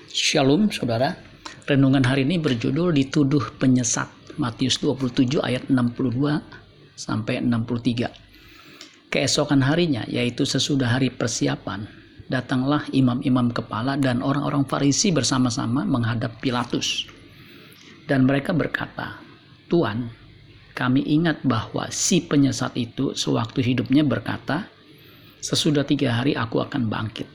Shalom saudara, renungan hari ini berjudul dituduh penyesat, Matius 27 ayat 62 sampai 63. Keesokan harinya, yaitu sesudah hari persiapan, datanglah imam-imam kepala dan orang-orang Farisi bersama-sama menghadap Pilatus. Dan mereka berkata, "Tuan, kami ingat bahwa si penyesat itu sewaktu hidupnya berkata, 'Sesudah 3 hari aku akan bangkit.'"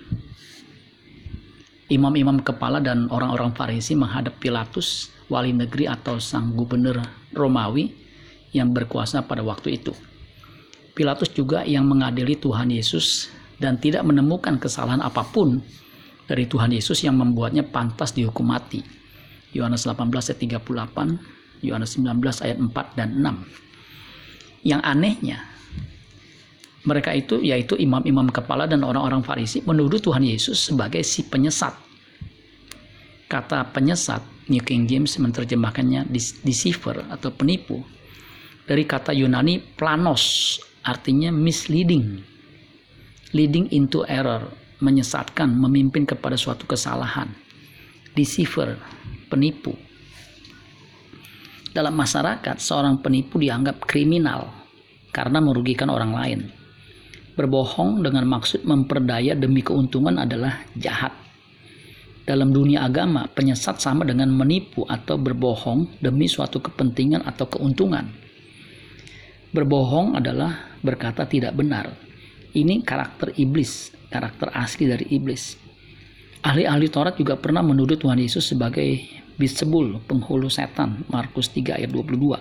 Imam-imam kepala dan orang-orang Farisi menghadap Pilatus, wali negeri atau sang gubernur Romawi yang berkuasa pada waktu itu. Pilatus juga yang mengadili Tuhan Yesus dan tidak menemukan kesalahan apapun dari Tuhan Yesus yang membuatnya pantas dihukum mati. Yohanes 18 ayat 38, Yohanes 19 ayat 4 dan 6. Yang anehnya, mereka itu yaitu imam-imam kepala dan orang-orang Farisi menuduh Tuhan Yesus sebagai si penyesat. Kata penyesat, New King James menerjemahkannya deceiver atau penipu. Dari kata Yunani planos, artinya misleading. Leading into error, menyesatkan, memimpin kepada suatu kesalahan. Deceiver, penipu. Dalam masyarakat, seorang penipu dianggap kriminal karena merugikan orang lain. Berbohong dengan maksud memperdaya demi keuntungan adalah jahat. Dalam dunia agama, penyesat sama dengan menipu atau berbohong demi suatu kepentingan atau keuntungan. Berbohong adalah berkata tidak benar. Ini karakter iblis, karakter asli dari iblis. Ahli-ahli Taurat juga pernah menuduh Tuhan Yesus sebagai Beelzebul, penghulu setan, Markus 3 ayat 22.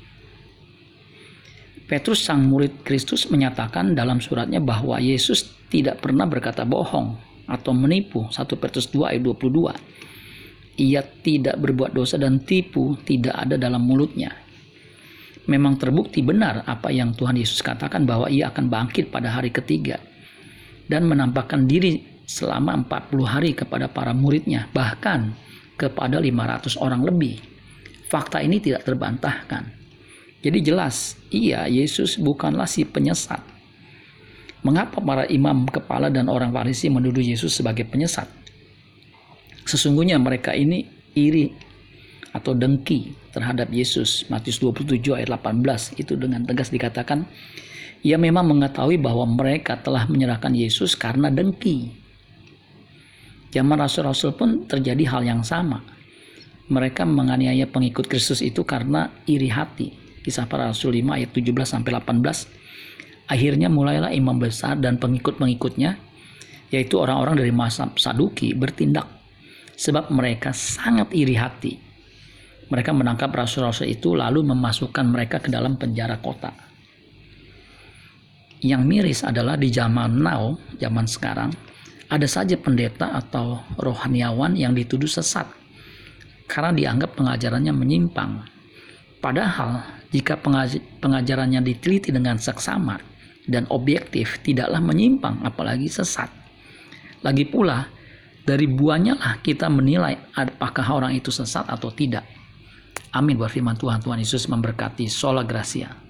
Petrus sang murid Kristus menyatakan dalam suratnya bahwa Yesus tidak pernah berkata bohong atau menipu, 1 Petrus 2 ayat 22. Ia tidak berbuat dosa dan tipu tidak ada dalam mulutnya. Memang terbukti benar apa yang Tuhan Yesus katakan bahwa ia akan bangkit pada hari ketiga dan menampakkan diri selama 40 hari kepada para muridnya, bahkan kepada 500 orang lebih. Fakta ini tidak terbantahkan. Jadi jelas, Yesus bukanlah si penyesat. Mengapa para imam kepala dan orang Farisi menuduh Yesus sebagai penyesat? Sesungguhnya mereka ini iri atau dengki terhadap Yesus. Matius 27 ayat 18 itu dengan tegas dikatakan, ia memang mengetahui bahwa mereka telah menyerahkan Yesus karena dengki. Zaman rasul-rasul pun terjadi hal yang sama. Mereka menganiaya pengikut Kristus itu karena iri hati. Kisah Para Rasul 5 ayat 17 sampai 18. Akhirnya mulailah imam besar dan pengikut-pengikutnya, yaitu orang-orang dari mazhab Saduki, bertindak sebab mereka sangat iri hati. Mereka menangkap rasul-rasul itu lalu memasukkan mereka ke dalam penjara kota. Yang miris adalah di zaman now, zaman sekarang, ada saja pendeta atau rohaniawan yang dituduh sesat karena dianggap pengajarannya menyimpang. Padahal jika pengajarannya diteliti dengan seksama dan objektif, tidaklah menyimpang apalagi sesat. Lagi pula, dari buahnya lah kita menilai apakah orang itu sesat atau tidak. Amin. Buat firman Tuhan, Tuhan Yesus memberkati. Sola Gracia.